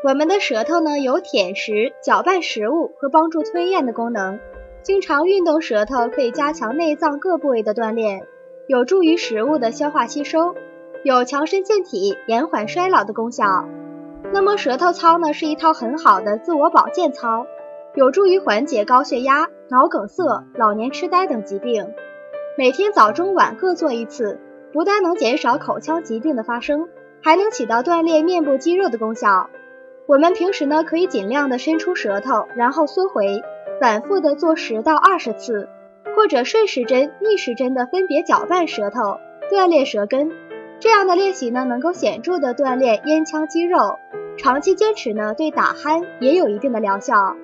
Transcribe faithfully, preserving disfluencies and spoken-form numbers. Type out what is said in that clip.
我们的舌头呢有舔食、搅拌食物和帮助吞咽的功能，经常运动舌头可以加强内脏各部位的锻炼，有助于食物的消化吸收，有强身健体、延缓衰老的功效。那么舌头操呢是一套很好的自我保健操，有助于缓解高血压、脑梗塞、老年痴呆等疾病。每天早中晚各做一次，不但能减少口腔疾病的发生，还能起到锻炼面部肌肉的功效。我们平时呢可以尽量的伸出舌头，然后缩回，反复的做十到二十次，或者顺时针、逆时针的分别搅拌舌头，锻炼舌根。这样的练习呢能够显著的锻炼咽腔肌肉，长期坚持呢对打鼾也有一定的疗效。